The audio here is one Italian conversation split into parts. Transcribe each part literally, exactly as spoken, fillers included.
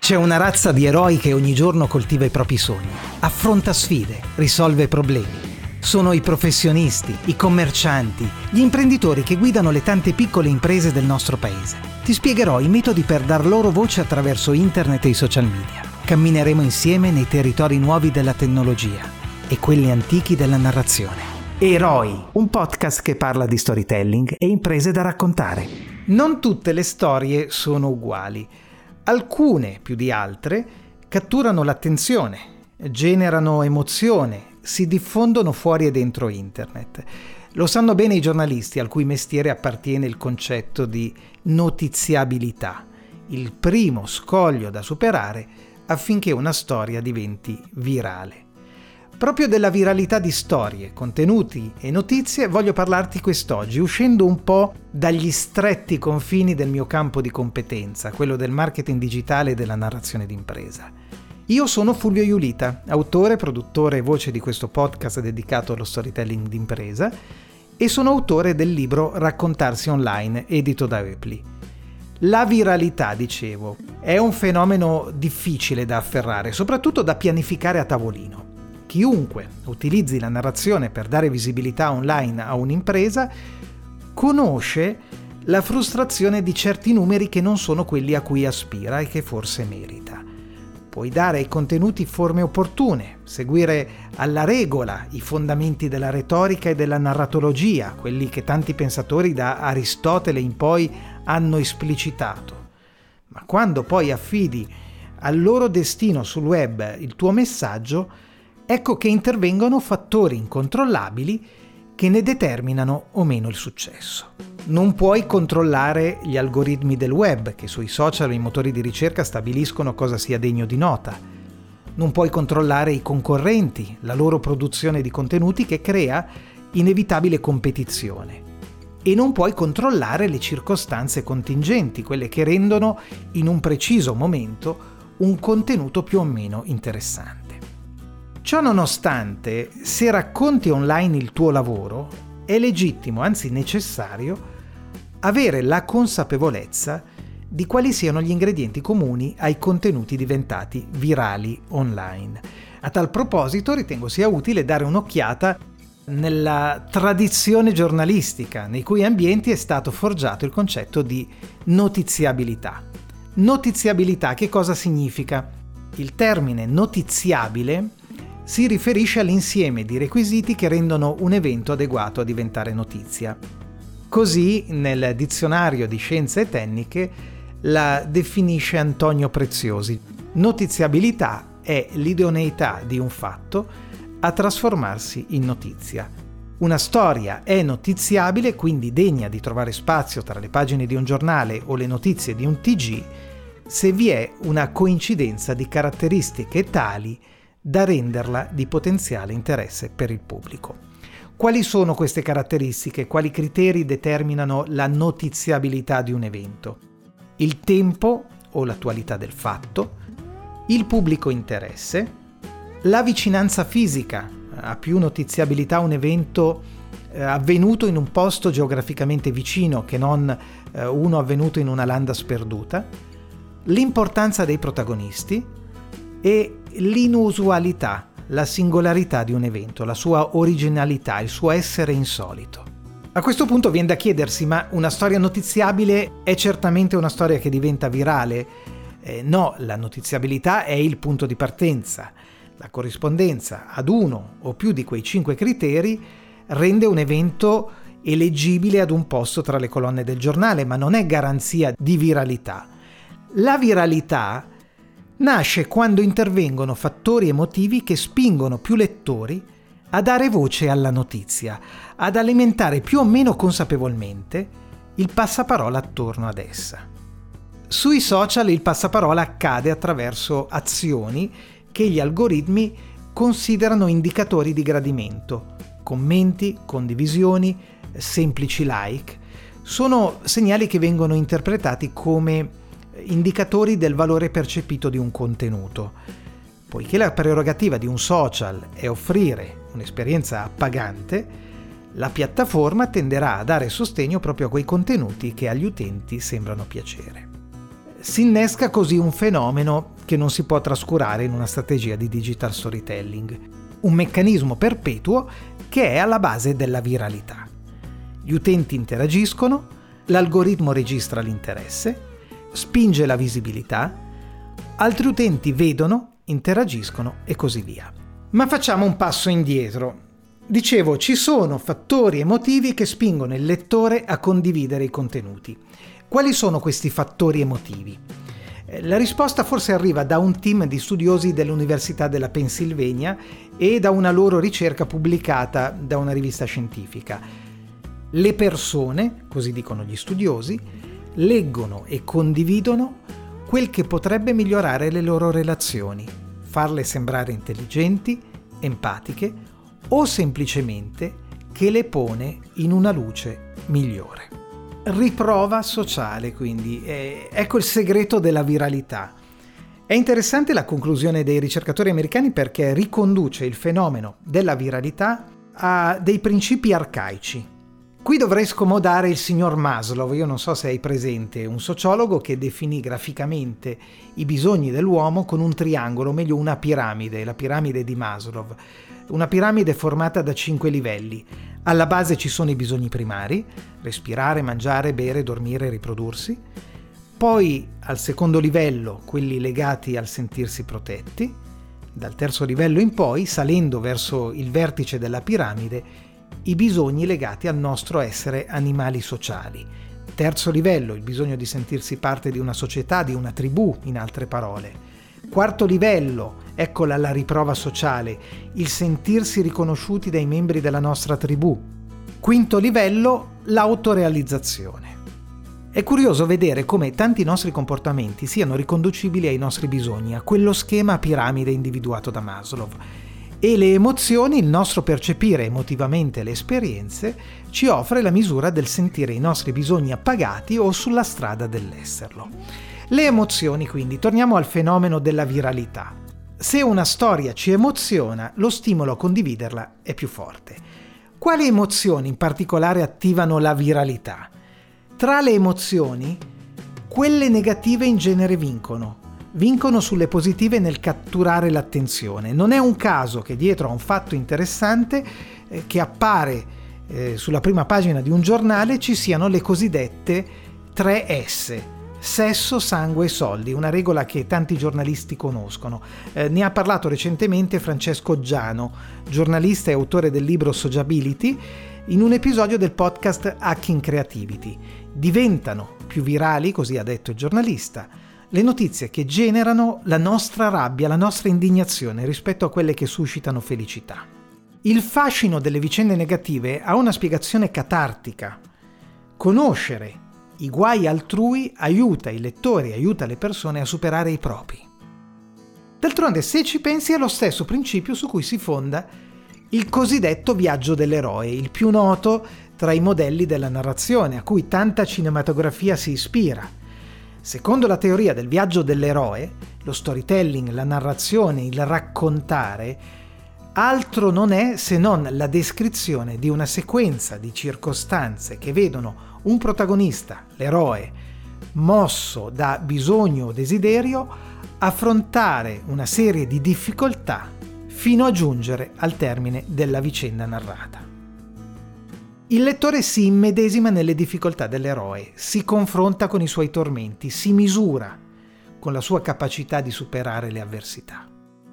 C'è una razza di eroi che ogni giorno coltiva i propri sogni, affronta sfide, risolve problemi. Sono i professionisti, i commercianti, gli imprenditori che guidano le tante piccole imprese del nostro paese. Ti spiegherò i metodi per dar loro voce attraverso internet e i social media. Cammineremo insieme nei territori nuovi della tecnologia e quelli antichi della narrazione. Eroi, un podcast che parla di storytelling e imprese da raccontare. Non tutte le storie sono uguali. Alcune, più di altre, catturano l'attenzione, generano emozione, si diffondono fuori e dentro internet. Lo sanno bene i giornalisti, al cui mestiere appartiene il concetto di notiziabilità, il primo scoglio da superare affinché una storia diventi virale. Proprio della viralità di storie, contenuti e notizie voglio parlarti quest'oggi, uscendo un po' dagli stretti confini del mio campo di competenza, quello del marketing digitale e della narrazione d'impresa. Io sono Fulvio Iulita, autore, produttore e voce di questo podcast dedicato allo storytelling d'impresa, e sono autore del libro Raccontarsi online, edito da Oepli. La viralità, dicevo, è un fenomeno difficile da afferrare, soprattutto da pianificare a tavolino. Chiunque utilizzi la narrazione per dare visibilità online a un'impresa conosce la frustrazione di certi numeri che non sono quelli a cui aspira e che forse merita. Puoi dare ai contenuti forme opportune, seguire alla regola i fondamenti della retorica e della narratologia, quelli che tanti pensatori da Aristotele in poi hanno esplicitato. Ma quando poi affidi al loro destino sul web il tuo messaggio, ecco che intervengono fattori incontrollabili che ne determinano o meno il successo. Non puoi controllare gli algoritmi del web, che sui social e i motori di ricerca stabiliscono cosa sia degno di nota. Non puoi controllare i concorrenti, la loro produzione di contenuti che crea inevitabile competizione. E non puoi controllare le circostanze contingenti, quelle che rendono in un preciso momento un contenuto più o meno interessante. Ciò nonostante, se racconti online il tuo lavoro, è legittimo, anzi necessario, avere la consapevolezza di quali siano gli ingredienti comuni ai contenuti diventati virali online. A tal proposito ritengo sia utile dare un'occhiata nella tradizione giornalistica, nei cui ambienti è stato forgiato il concetto di notiziabilità. Notiziabilità che cosa significa? Il termine notiziabile si riferisce all'insieme di requisiti che rendono un evento adeguato a diventare notizia. Così, nel dizionario di Scienze e Tecniche, la definisce Antonio Preziosi. Notiziabilità è l'idoneità di un fatto a trasformarsi in notizia. Una storia è notiziabile, quindi degna di trovare spazio tra le pagine di un giornale o le notizie di un T G, se vi è una coincidenza di caratteristiche tali da renderla di potenziale interesse per il pubblico. Quali sono queste caratteristiche? Quali criteri determinano la notiziabilità di un evento? Il tempo o l'attualità del fatto, il pubblico interesse, la vicinanza fisica. Ha più notiziabilità un evento eh, avvenuto in un posto geograficamente vicino che non eh, uno avvenuto in una landa sperduta, l'importanza dei protagonisti e l'inusualità, la singolarità di un evento, la sua originalità, il suo essere insolito. A questo punto viene da chiedersi, ma una storia notiziabile è certamente una storia che diventa virale? Eh, no, la notiziabilità è il punto di partenza. La corrispondenza ad uno o più di quei cinque criteri rende un evento eleggibile ad un posto tra le colonne del giornale, ma non è garanzia di viralità. La viralità nasce quando intervengono fattori emotivi che spingono più lettori a dare voce alla notizia, ad alimentare più o meno consapevolmente il passaparola attorno ad essa. Sui social il passaparola accade attraverso azioni che gli algoritmi considerano indicatori di gradimento. Commenti, condivisioni, semplici like sono segnali che vengono interpretati come indicatori del valore percepito di un contenuto. Poiché la prerogativa di un social è offrire un'esperienza appagante, la piattaforma tenderà a dare sostegno proprio a quei contenuti che agli utenti sembrano piacere. Si innesca così un fenomeno che non si può trascurare in una strategia di digital storytelling, un meccanismo perpetuo che è alla base della viralità. Gli utenti interagiscono, l'algoritmo registra l'interesse, spinge la visibilità, altri utenti vedono, interagiscono e così via. Ma facciamo un passo indietro. Dicevo, ci sono fattori emotivi che spingono il lettore a condividere i contenuti. Quali sono questi fattori emotivi? La risposta forse arriva da un team di studiosi dell'Università della Pennsylvania e da una loro ricerca pubblicata da una rivista scientifica. Le persone, così dicono gli studiosi, leggono e condividono quel che potrebbe migliorare le loro relazioni, farle sembrare intelligenti, empatiche o semplicemente che le pone in una luce migliore. Riprova sociale, quindi, eh, ecco il segreto della viralità. È interessante la conclusione dei ricercatori americani perché riconduce il fenomeno della viralità a dei principi arcaici. Qui dovrei scomodare il signor Maslow, io non so se hai presente, un sociologo che definì graficamente i bisogni dell'uomo con un triangolo, o meglio una piramide, la piramide di Maslow. Una piramide formata da cinque livelli. Alla base ci sono i bisogni primari, respirare, mangiare, bere, dormire, riprodursi. Poi al secondo livello quelli legati al sentirsi protetti. Dal terzo livello in poi, salendo verso il vertice della piramide, i bisogni legati al nostro essere animali sociali. Terzo livello, il bisogno di sentirsi parte di una società, di una tribù, in altre parole. Quarto livello, eccola la riprova sociale, il sentirsi riconosciuti dai membri della nostra tribù. Quinto livello, l'autorealizzazione. È curioso vedere come tanti nostri comportamenti siano riconducibili ai nostri bisogni, a quello schema a piramide individuato da Maslow. E le emozioni, il nostro percepire emotivamente le esperienze, ci offre la misura del sentire i nostri bisogni appagati o sulla strada dell'esserlo. Le emozioni, quindi, torniamo al fenomeno della viralità. Se una storia ci emoziona, lo stimolo a condividerla è più forte. Quali emozioni in particolare attivano la viralità? Tra le emozioni, quelle negative in genere vincono. Vincono sulle positive nel catturare l'attenzione. Non è un caso che dietro a un fatto interessante eh, che appare eh, sulla prima pagina di un giornale ci siano le cosiddette tre S: sesso, sangue e soldi, una regola che tanti giornalisti conoscono. Eh, ne ha parlato recentemente Francesco Giano, giornalista e autore del libro Sociability, in un episodio del podcast Hacking Creativity. Diventano più virali, così ha detto il giornalista, le notizie che generano la nostra rabbia, la nostra indignazione rispetto a quelle che suscitano felicità. Il fascino delle vicende negative ha una spiegazione catartica. Conoscere i guai altrui aiuta i lettori, aiuta le persone a superare i propri. D'altronde, se ci pensi, è lo stesso principio su cui si fonda il cosiddetto viaggio dell'eroe, il più noto tra i modelli della narrazione, a cui tanta cinematografia si ispira. Secondo la teoria del viaggio dell'eroe, lo storytelling, la narrazione, il raccontare, altro non è se non la descrizione di una sequenza di circostanze che vedono un protagonista, l'eroe, mosso da bisogno o desiderio, affrontare una serie di difficoltà fino a giungere al termine della vicenda narrata. Il lettore si immedesima nelle difficoltà dell'eroe, si confronta con i suoi tormenti, si misura con la sua capacità di superare le avversità.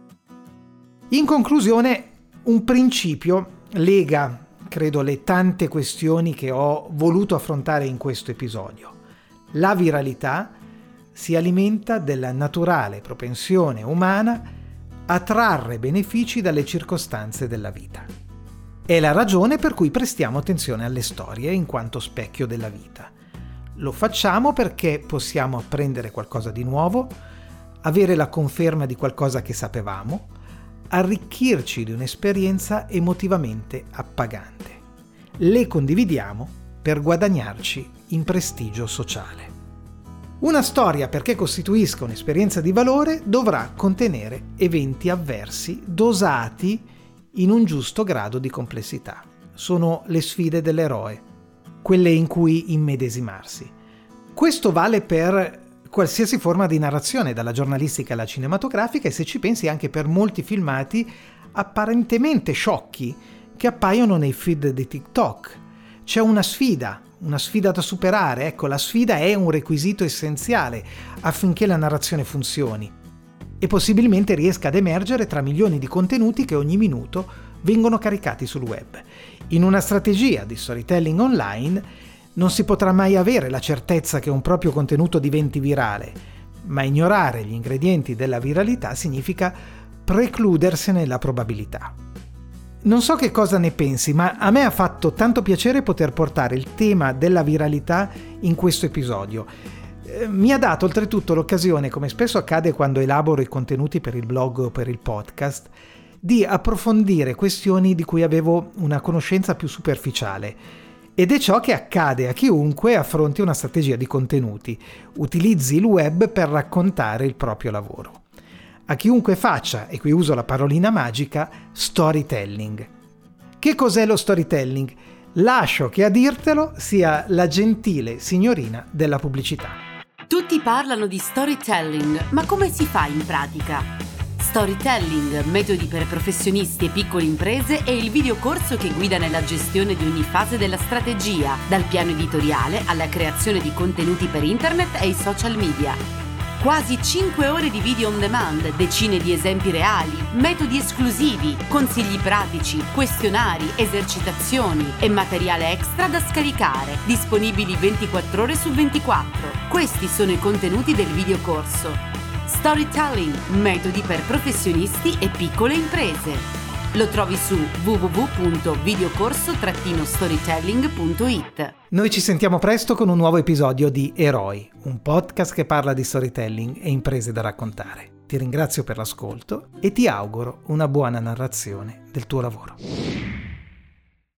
In conclusione, un principio lega, credo, le tante questioni che ho voluto affrontare in questo episodio. La viralità si alimenta della naturale propensione umana a trarre benefici dalle circostanze della vita. È la ragione per cui prestiamo attenzione alle storie in quanto specchio della vita. Lo facciamo perché possiamo apprendere qualcosa di nuovo, avere la conferma di qualcosa che sapevamo, arricchirci di un'esperienza emotivamente appagante. Le condividiamo per guadagnarci in prestigio sociale. Una storia, perché costituisca un'esperienza di valore, dovrà contenere eventi avversi dosati in un giusto grado di complessità. Sono le sfide dell'eroe, quelle in cui immedesimarsi. Questo vale per qualsiasi forma di narrazione, dalla giornalistica alla cinematografica, e se ci pensi anche per molti filmati apparentemente sciocchi che appaiono nei feed di TikTok. C'è una sfida, una sfida da superare. Ecco, la sfida è un requisito essenziale affinché la narrazione funzioni e possibilmente riesca ad emergere tra milioni di contenuti che ogni minuto vengono caricati sul web. In una strategia di storytelling online non si potrà mai avere la certezza che un proprio contenuto diventi virale, ma ignorare gli ingredienti della viralità significa precludersene la probabilità. Non so che cosa ne pensi, ma a me ha fatto tanto piacere poter portare il tema della viralità in questo episodio. Eh, mi ha dato oltretutto l'occasione, come spesso accade quando elaboro i contenuti per il blog o per il podcast, di approfondire questioni di cui avevo una conoscenza più superficiale. Ed è ciò che accade a chiunque affronti una strategia di contenuti, utilizzi il web per raccontare il proprio lavoro. A chiunque faccia, e qui uso la parolina magica, storytelling. Che cos'è lo storytelling? Lascio che a dirtelo sia la gentile signorina della pubblicità. Tutti parlano di storytelling, ma come si fa in pratica? Storytelling, metodi per professionisti e piccole imprese, è il videocorso che guida nella gestione di ogni fase della strategia, dal piano editoriale alla creazione di contenuti per internet e i social media. Quasi cinque ore di video on demand, decine di esempi reali, metodi esclusivi, consigli pratici, questionari, esercitazioni e materiale extra da scaricare, disponibili ventiquattro ore su ventiquattro. Questi sono i contenuti del videocorso. Storytelling, metodi per professionisti e piccole imprese. Lo trovi su w w w punto videocorso storytelling punto i t. Noi ci sentiamo presto con un nuovo episodio di Eroi, un podcast che parla di storytelling e imprese da raccontare. Ti ringrazio per l'ascolto e ti auguro una buona narrazione del tuo lavoro.